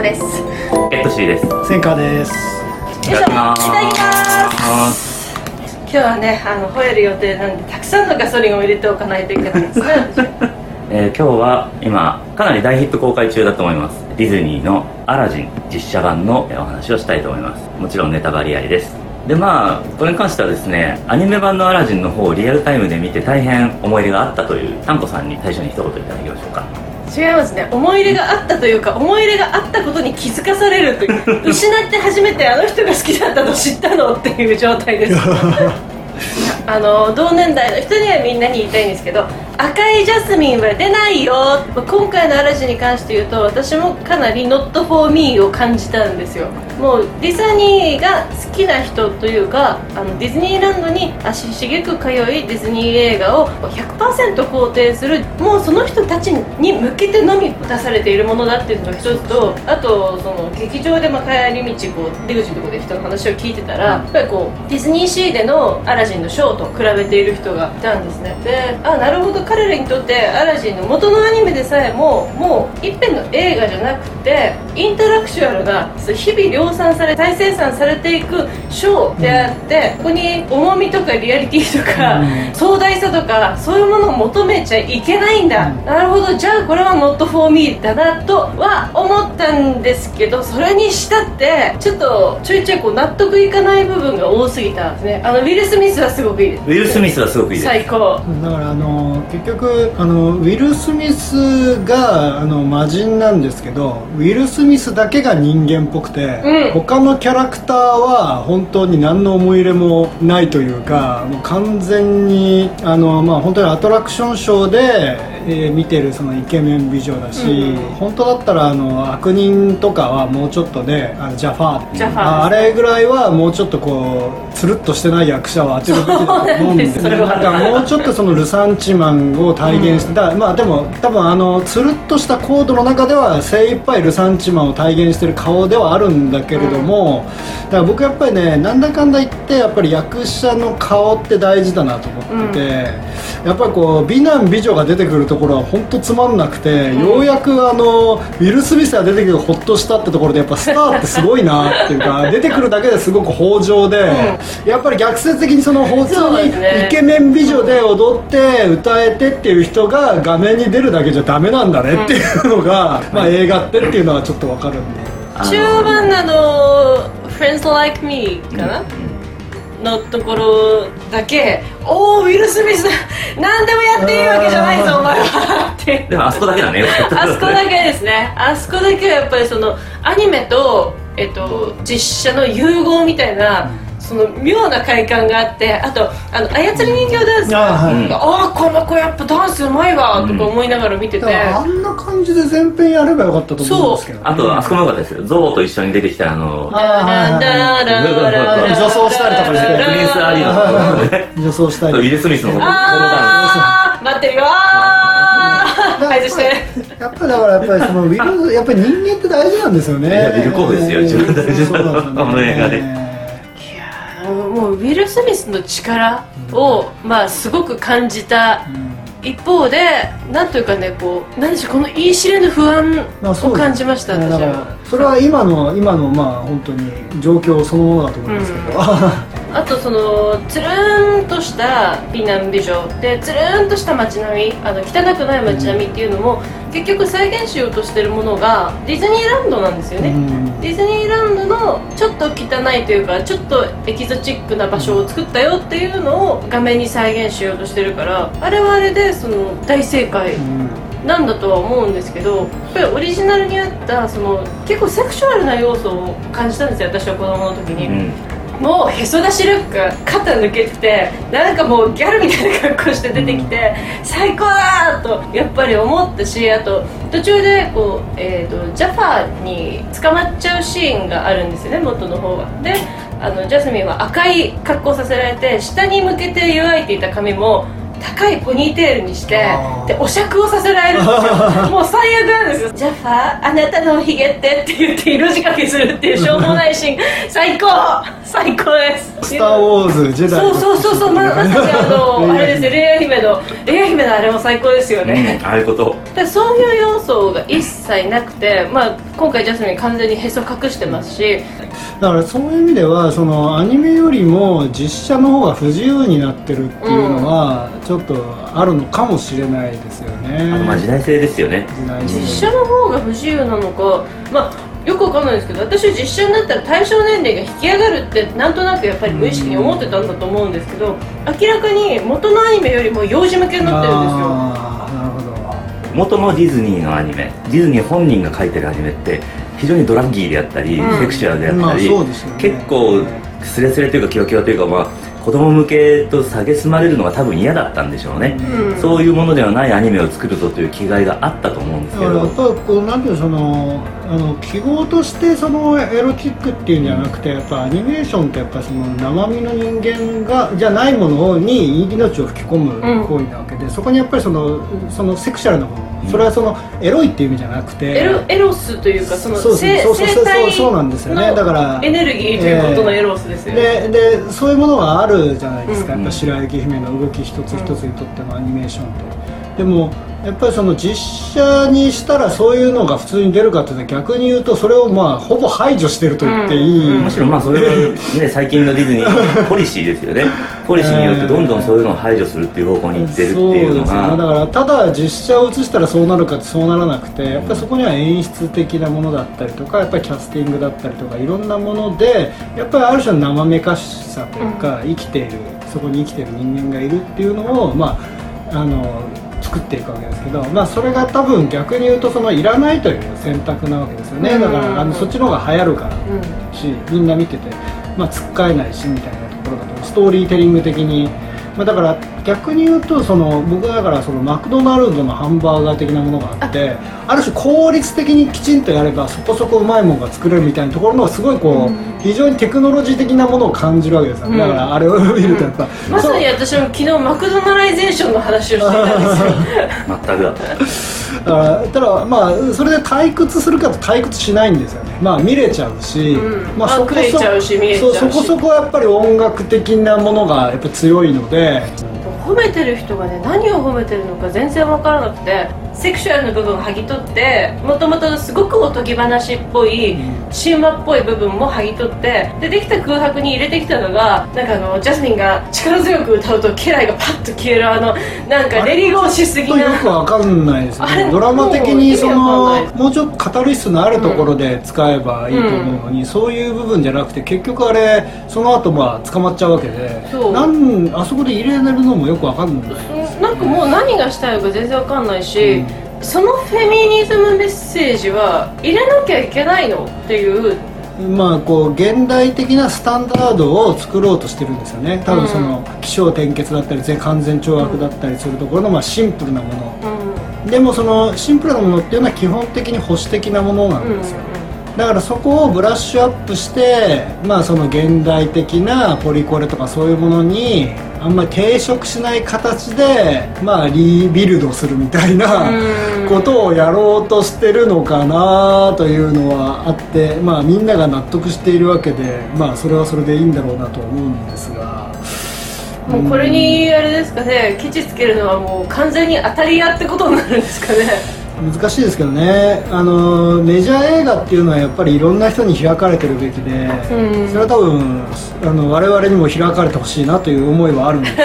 こです。 ペットシーです。 センカーです。 いただきます。今日はね、吠える予定なんでたくさんのガソリンを入れておかないといけないですね。 今日は今かなり大ヒット公開中だと思います。ディズニーのアラジン実写版のお話をしたいと思います。もちろんネタバレありです。でこれに関してはですね、アニメ版のアラジンの方をリアルタイムで見て大変思い入れがあったというタンコさんに最初に一言いただきましょうか。 違いますね。思い入れがあったというか、思い入れがあったことに気づかされるという失って初めてあの人が好きだったと知ったのっていう状態です。同年代の人にはみんなに言いたいんですけど、赤いジャスミンは出ないよ。今回の嵐に関して言うと、私もかなり not for me を感じたんですよ。もうディズニーが好きな人というか、ディズニーランドに足しげく通いディズニー映画を 100% 肯定する、もうその人たちに向けてのみ出されているものだっていうのが一つと、あとその劇場で帰り道出口のところで人の話を聞いてたら、やっぱりディズニーシーでのアラジンのショーと比べている人がいたんですね。で、なるほど、彼らにとってアラジンの元のアニメでさえもう一編の映画じゃなくてインタラクシュアルな日々量産され再生産されていくショーであって、ここに重みとかリアリティとか、壮大さとかそういうものを求めちゃいけないんだ、なるほど、じゃあこれは not for me だなとは思ったんですけど、それにしたってちょっとちょいちょい納得いかない部分が多すぎたんですね。ウィル・スミスはすごくいいです。 ウィル・スミスはすごくいいです。最高。 だから結局ウィル・スミスが魔人なんですけど、ウィル・スミスだけが人間っぽくて、他のキャラクターは本当に何の思い入れもないというか、もう完全に本当にアトラクションショーで見てるそのイケメン美女だし、本当だったら悪人とかはもうちょっとでジャファー、あれぐらいはもうちょっとつるっとしてない役者を当てるべきだと思うんですね。だからもうちょっとそのルサンチマンを体現して、でも多分つるっとしたコードの中では精一杯ルサンチマンを体現してる顔ではあるんだけれども、だから僕やっぱりね、なんだかんだ言ってやっぱり役者の顔って大事だなと思ってて、やっぱり美男美女が出てくるところは本当つまんなくて、ようやくウィル・スミスが出てくるホッとしたってところで、やっぱスターってすごいなっていうか出てくるだけですごく豊穣で、やっぱり逆説的に普通にイケメン美女で踊って歌えてっていう人が画面に出るだけじゃダメなんだねっていうのが、映画ってっていうのはちょっと分かるんで、 中盤Friends Like Me かな、のところだけ、ウィル・スミス何でもやっていいわけじゃないぞお前はってでもあそこだけだね。 あそこだけですね。あそこだけはやっぱりアニメと、実写の融合みたいなその妙な快感があって、あと操り人形ダンスが、この子やっぱダンスうまいわとか思いながら見てて、 あんな感じで全編やればよかったと思うんですけど、ね、 あとあそこもよかったですよ。ゾウと一緒に出てきた女装したりとかして、 プリンスアリーの女装したり、 ウィル・スミスの待ってるよ外してやっぱだからやっぱりそのウィル、やっぱり人間って大事なんですよね。 ウィル・コーですよ、自分大事なの映画で。 もうウィル・スミスの力を、すごく感じた一方で、なんというかね、何でしょう、この言い知れぬ不安を感じました、私は。 それは今の本当に状況そのものだと思いますけど、 あとつるーんとした美男美女で、つるーんとした街並み、汚くない街並みっていうのも結局再現しようとしてるものがディズニーランドなんですよね。ディズニーランドのちょっと汚いというか、ちょっとエキゾチックな場所を作ったよっていうのを画面に再現しようとしてるから、あれはあれで大正解なんだとは思うんですけど、やっぱりオリジナルにあった結構セクシュアルな要素を感じたんですよ、私は子供の時に。もうへそ出しルック、肩抜けてて、なんかもうギャルみたいな格好して出てきて、最高だとやっぱり思ったし、あと途中でジャファーに捕まっちゃうシーンがあるんですよね、元の方は。でジャスミンは赤い格好させられて、下に向けて湯いていた髪も高いポニーテールにして、でお酌をさせられるんですよ。もう最悪なんですよ。ジャファー、あなたのおひげって言って色仕掛けするっていうしょうもないシーン最高最高です。 スター・ウォーズジェダイ、 そうまさにあれですよ、レイヤ姫のあれも最高ですよね、 ああいうこと。 そういう要素が一切なくて、今回ジャスミン完全にへそ隠してますし、 だからそういう意味ではそのアニメよりも実写の方が不自由になってるっていうのはちょっとあるのかもしれないですよね。 時代性ですよね。 実写の方が不自由なのか、よくわかんないですけど、私は実写になったら対象年齢が引き上がるってなんとなくやっぱり無意識に思ってたんだと思うんですけど、明らかに元のアニメよりも幼児向けになってるんですよ。 なるほど。 元のディズニーのアニメ、ディズニー本人が描いてるアニメって非常にドラッギーであったり、セクシュアルであったり、結構スレスレというかキワキワというか、子供向けと蔑まれるのが多分嫌だったんでしょうね、そういうものではないアニメを作るぞという気概があったと思うんですけど、 やっぱこうなんていう記号としてそのエロチックっていうんじゃなくて、やっぱアニメーションってやっぱその生身の人間がじゃないものに命を吹き込む行為なわけで、そこにやっぱりそのセクシャルなもの、それはそのエロいっていう意味じゃなくてエロスというか、その生体のなんですよね。だからエネルギーということのエロスですよね。 でそういうものがあるじゃないですか、やっぱ白雪姫の動き一つ一つにとってのアニメーションって。でもやっぱりその実写にしたらそういうのが普通に出るかっていうと、逆に言うとそれをほぼ排除してると言っていい、 むしろそれは、ね、最近のディズニーのポリシーですよね。ポリシーによってどんどんそういうのを排除するっていう方向にいってるっていうのが、 そうですね。だからただ実写を映したらそうなるかってそうならなくて、やっぱりそこには演出的なものだったりとか、やっぱりキャスティングだったりとかいろんなもので、やっぱりある種の生めかしさというか、生きている、そこに生きている人間がいるっていうのを作っていくわけですけど、それが多分逆に言うといらないという選択なわけですよね。だからそっちの方が流行るからし、みんな見ててつっかえないしみたいなところだと、ストーリーテリング的に、だから逆に言うと僕はだからマクドナルドのハンバーガー的なものがあって、ある種効率的にきちんとやればそこそこうまいものが作れるみたいなところのすごい非常にテクノロジー的なものを感じるわけですよね。だからあれを見るとやっぱ、 まさに私も昨日マクドナライゼーションの話をしてたんですよ全くだただそれで退屈するかと退屈しないんですよね。見れちゃうし、 そこそこはやっぱり音楽的なものがやっぱ強いので、 褒めてる人がね、何を褒めてるのか全然分からなくて、セクシュアルな部分を剥ぎ取って、もともとすごくおとぎ話っぽい、神話っぽい部分も剥ぎ取って、できた空白に入れてきたのが、なんかジャスミンが力強く歌うと家来がパッと消えるなんかレリゴーしすぎな、 よく分かんないですね。ドラマ的にもうちょっとカタルシスのあるところで使えばいいと思うのに、そういう部分じゃなくて、結局あれその後捕まっちゃうわけで、あそこで入れるのもよく分かんない。 なんかもう何がしたいのか全然分かんないし、そのフェミニズムメッセージは入れなきゃいけないのっていう、 現代的なスタンダードを作ろうとしてるんですよね。多分起承転結だったり完全懲悪だったりするところのシンプルなもの、でもそのシンプルなものっていうのは基本的に保守的なものなんですよ。だからそこをブラッシュアップして、その現代的なポリコレとかそういうものにあんまり抵触しない形で、リビルドするみたいなことをやろうとしてるのかなというのはあって、みんなが納得しているわけで、それはそれでいいんだろうなと思うんですが、 もうこれにあれですかね、ケチつけるのはもう完全に当たり屋ってことになるんですかね。 難しいですけどね。メジャー映画っていうのはやっぱりいろんな人に開かれてるべきで、それは多分我々にも開かれてほしいなという思いはあるんです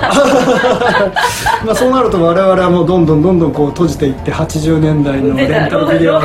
がそうなると我々はもうどんどん閉じていって、80年代のレンタルビデオ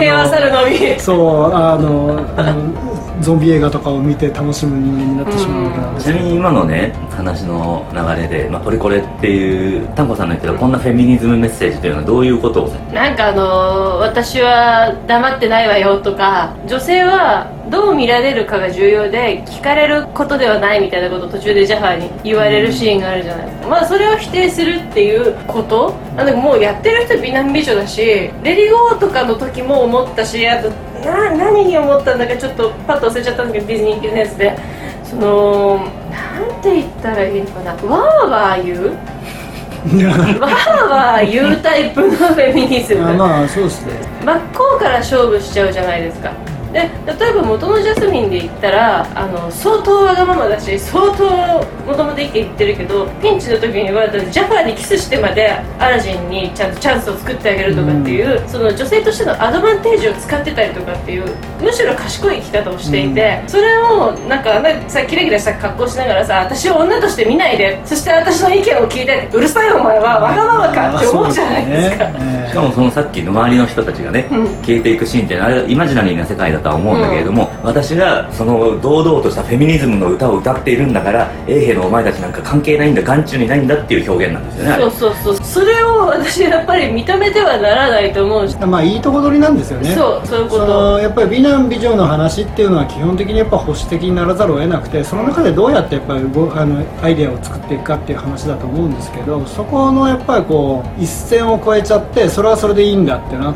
ゾンビ映画とかを見て楽しむ人間になってしまうから、 ちなみに今のね話の流れで、ポリコレっていう丹子さんの言ってたこんなフェミニズムメッセージというのはどういうことを、 なんか私は黙ってないわよとか、女性はどう見られるかが重要で聞かれることではないみたいなことを途中でジャファーに言われるシーンがあるじゃないですか。それを否定するっていうこと、もうやってる人美男美女だし、レディゴーとかの時も思ったし、あと何に思ったんだかちょっとパッと忘れちゃったんだけど、ディズニー系のやつでなんて言ったらいいのかな、わーわー言うわーわー言うタイプのフェミニズムそうですね。 真っ向から勝負しちゃうじゃないですか。 で例えば元のジャスミンで言ったら相当わがままだし相当もともと意見言ってるけど、ピンチの時にはジャファーにキスしてまでアラジンにちゃんとチャンスを作ってあげるとかっていう、その女性としてのアドバンテージを使ってたりとかっていう、むしろ賢い生き方をしていて、それをなんかさキラキラした格好しながらさ、私を女として見ないで、そして私の意見を聞いて、うるさいお前はわがままかって思うじゃないですか。 しかもそのさっきの周りの人たちがね、消えていくシーンってあれはイマジナリーな世界だとは思うんだけれども、私がその堂々としたフェミニズムの歌を歌っているんだから、衛兵のお前たちなんか関係ないんだ、眼中にないんだっていう表現なんですよね。 そうそれを私やっぱり認めてはならないと思うし、 まあいいとこ取りなんですよね。 そういうこと。 やっぱり美男美女の話っていうのは基本的にやっぱ保守的にならざるを得なくて、その中でどうやってやっぱりアイデアを作っていくかっていう話だと思うんですけど、そこのやっぱりこう一線を越えちゃって、それはそれでいいんだってなって、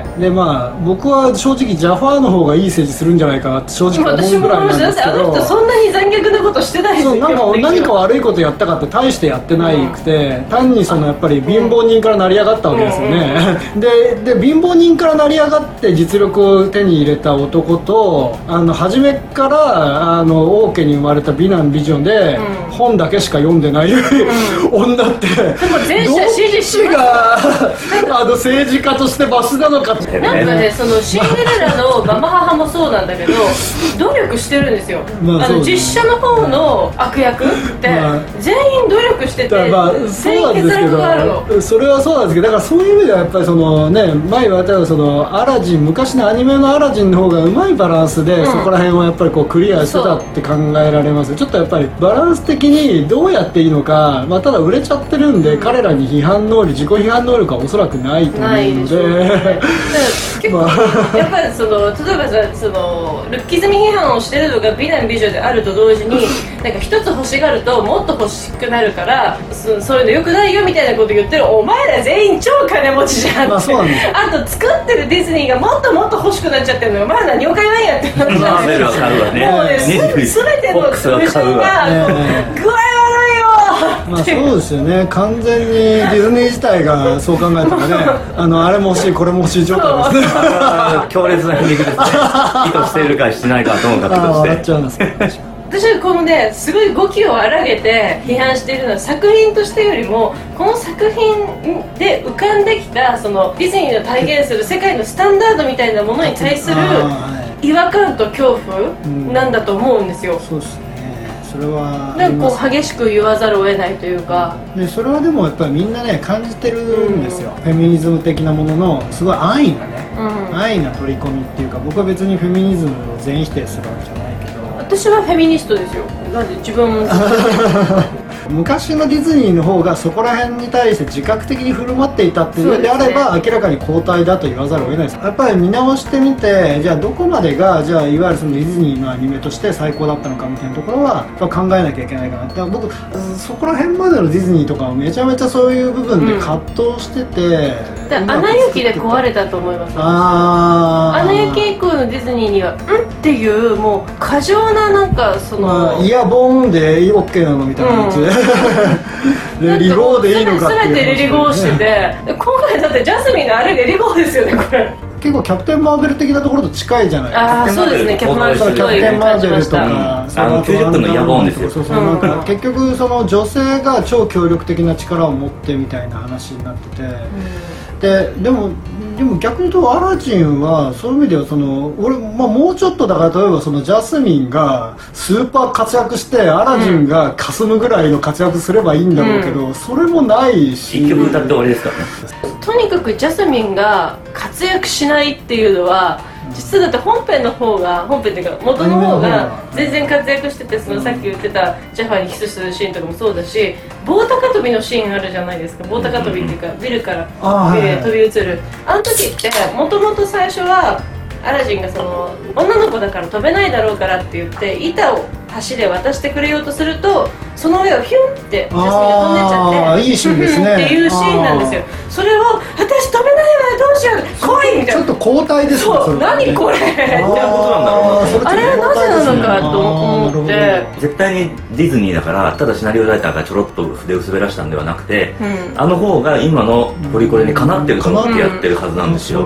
でまあ僕は正直ジャファーの方がいい政治するんじゃないかなって正直思うぐらいなんですけど、 あの人そんなに残虐なことしてないですよ。 そう何か悪いことやったかって大してやってないくて、単にそのやっぱり貧乏人から成り上がったわけですよね。で貧乏人から成り上がって実力を手に入れた男と、初めから王家に生まれた美男美女で、本だけしか読んでない、女ってでも前者支持しが政治家としてバスなのかって、 なんかね、そのシンデレラのママ母もそうなんだけど努力してるんですよ。実写の方の悪役って全員努力してて、 そうなんですけど、それはそうなんですけど、だからそういう意味ではやっぱりそのね、前言われたようにそのアラジン、昔のアニメのアラジンの方がうまいバランスで、そこら辺をやっぱりこうクリアしてたって考えられます。ちょっとやっぱりバランス的にどうやっていいのか、ただ売れちゃってるんで、彼らに自己批判能力はおそらくないと思うので、 結構やっぱり例えばそのルッキズム批判をしてるのが美男美女であると同時に、なんか一つ欲しがるともっと欲しくなるから、そういうのよくないよみたいなこと言ってるお前ら全員超金持ちじゃんって、 そうなんです。 あと作ってるディズニーがもっともっと欲しくなっちゃってるのよ、お前ら何を買えないんやって話じゃないですか。もうね、全ての無償が具合悪いよ。 そうですよね、完全にディズニー自体がそう考えたらね、あれも欲しいこれも欲しい状態ですね。 強烈な皮肉ですね。意図しているかしてないかはともかくとして笑っちゃうんですけど私はこのね、すごい語気を荒げて批判しているのは作品としてよりも、この作品で浮かんできたそのディズニーの体現する世界のスタンダードみたいなものに対する違和感と恐怖なんだと思うんですよ。 そうですね、それはなんかこう激しく言わざるを得ないというか、 それはでもやっぱりみんなね感じてるんですよ、フェミニズム的なもののすごい安易なね、安易な取り込みっていうか、僕は別にフェミニズムを全否定するわけじゃないけど、 私はフェミニストですよ。なんで自分も昔のディズニーの方がそこら辺に対して自覚的に振る舞っていたっていうのであれば、明らかに後退だと言わざるを得ないです。やっぱり見直してみて、じゃあどこまでがじゃあいわゆるそのディズニーのアニメとして最高だったのかみたいなところは考えなきゃいけないかな。だから僕そこら辺までのディズニーとかはめちゃめちゃそういう部分で葛藤してて、 アナ雪で壊れたと思います。アナ雪以降のディズニーにはっていうもう過剰ななんかその、 イヤボーンで OK なのみたいな感じで、リゴーでいいのかっていう、 全てレリゴーしてて、今回だってジャスミンのあれレリゴーですよね、これ。 結構キャプテンマーベル的なところと近いじゃないですか。 あ、そうですね、キャプテンマーベルとか、 90分のイヤボーンですよ。 なんか結局その女性が超協力的な力を持ってみたいな話になってて、でも逆に言うとアラジンはそういう意味ではそのもうちょっとだから、例えばそのジャスミンがスーパー活躍してアラジンが霞むぐらいの活躍すればいいんだろうけど、それもないし、 一曲歌って終わりですからね。 とにかくジャスミンが活躍しないっていうのは、実はだって本編っていうか元の方が全然活躍してて、そのさっき言ってたジャファーにキスするシーンとかもそうだし、棒高跳びのシーンあるじゃないですか。棒高跳びっていうかビルから飛び移るあの時って、もともと最初はアラジンがその女の子だから飛べないだろうからって言って板を橋で渡してくれようとすると、その上をヒュンってジャスミンが飛んでっちゃって、 いいシーンですねっていうシーンなんですよ。それを私飛べないわよ、どうしよう、来いみたいな。 ちょっと交代ですね。 そう、何これってあれはなぜなのかと思って、 絶対にディズニーだからただシナリオライターがちょろっと筆を滑らしたんではなくて、あの方が今のポリコレにかなってると思ってやってるはずなんですよ。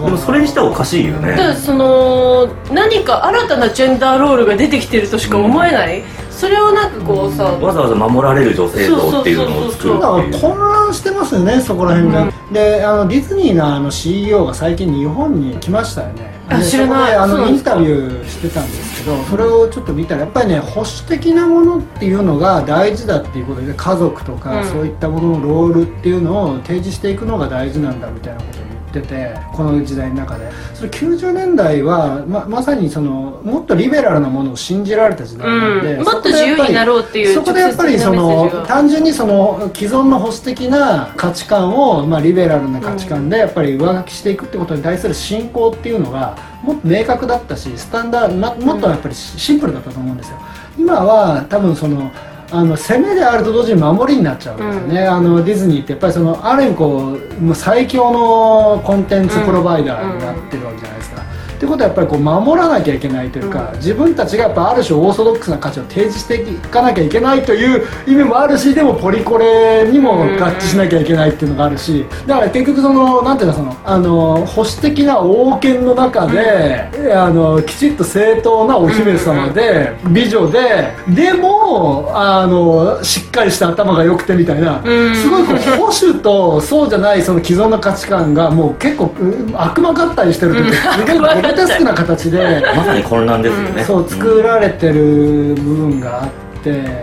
そうでもそれにしてはおかしいよね。 だから何か新たなジェンダーロールが出てきてるとしか思えない、それをなんかこうさ、 わざわざ守られる女性像っていうのを作るだからっていう。 混乱してますよね、そこら辺が、でディズニーのCEO が最近日本に来ましたよね。で知らない。 そこでそうなんですか。 インタビューしてたんですけど、それをちょっと見たらやっぱりね、保守的なものっていうのが大事だっていうことで、家族とかそういったもののロールっていうのを提示していくのが大事なんだみたいなことを言ってて、この時代の中でそれ90年代は まさにもっとリベラルなものを信じられた時代なんで、 もっと自由になろうっていうそこでやっぱり単純に既存の保守的な価値観を、リベラルな価値観でやっぱり上書きしていくってことに対する信仰っていうのがもっと明確だったし、スタンダード、もっとやっぱりシンプルだったと思うんですよ。今は多分攻めであると同時に守りになっちゃうんですよね、ディズニーってやっぱりある意味もう最強のコンテンツプロバイダーになってるわけじゃないですか。ってことはやっぱり守らなきゃいけないというか、自分たちがやっぱある種オーソドックスな価値を提示していかなきゃいけないという意味もあるし、でもポリコレにも合致しなきゃいけないっていうのがあるし、だから結局なんていうの、保守的な王権の中で、きちっと正当なお姫様で、美女で、でもしっかりした頭が良くてみたいな、すごい保守とそうじゃない既存の価値観がもう結構悪魔合体してるというか、すごいグロテスクな形でまさに混乱ですよね。 そう作られてる部分があって、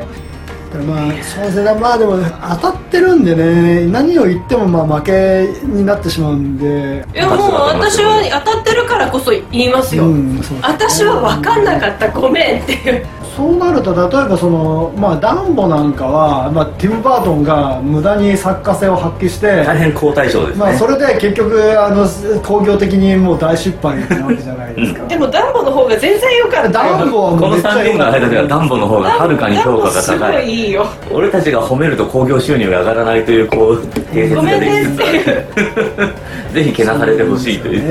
そうですね、でも当たってるんでね、何を言っても負けになってしまうんで。 いやもう私は当たってるからこそ言いますよ、私は分かんなかった、ごめんっていう。 そうなると例えばダンボなんかは、ティム・バートンが無駄に作家性を発揮して大変好対象ですね。 それで結局工業的にもう大失敗なわけじゃないですかでもダンボの方が全然良かったよ。 ダンボはこの3人の間ではダンボの方がはるかに評価がすご高い。 いいいよ。 俺たちが褒めると興行収入が上がらないという定説ができつつある。ぜひけなされてほしいという。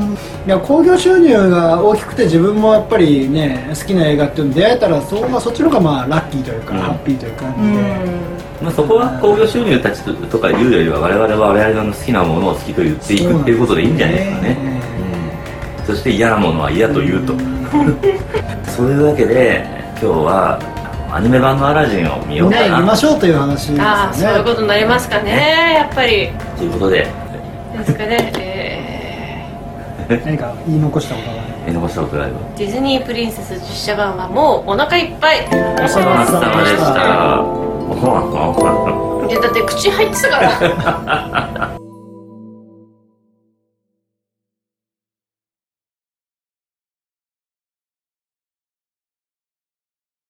いや興行収入が大きくて自分もやっぱりね好きな映画っていうのに出会えたらそっちの方がラッキーというか、ハッピーという感じで、 そこは興行収入たちとかいうよりは我々は我々の好きなものを好きと言っていくっていうことでいいんじゃないですかね。そして嫌なものは嫌と言うと。そういうわけで今日はアニメ版のアラジンを見ようかな。 見ましょうという話ですよね。 そういうことになりますかね、やっぱり。 ということでですかね。 何か言い残したことが見残したことがあれば。 ディズニープリンセス実写版はもうお腹いっぱい。 お疲れ様でした。 いやだって口入ってたから。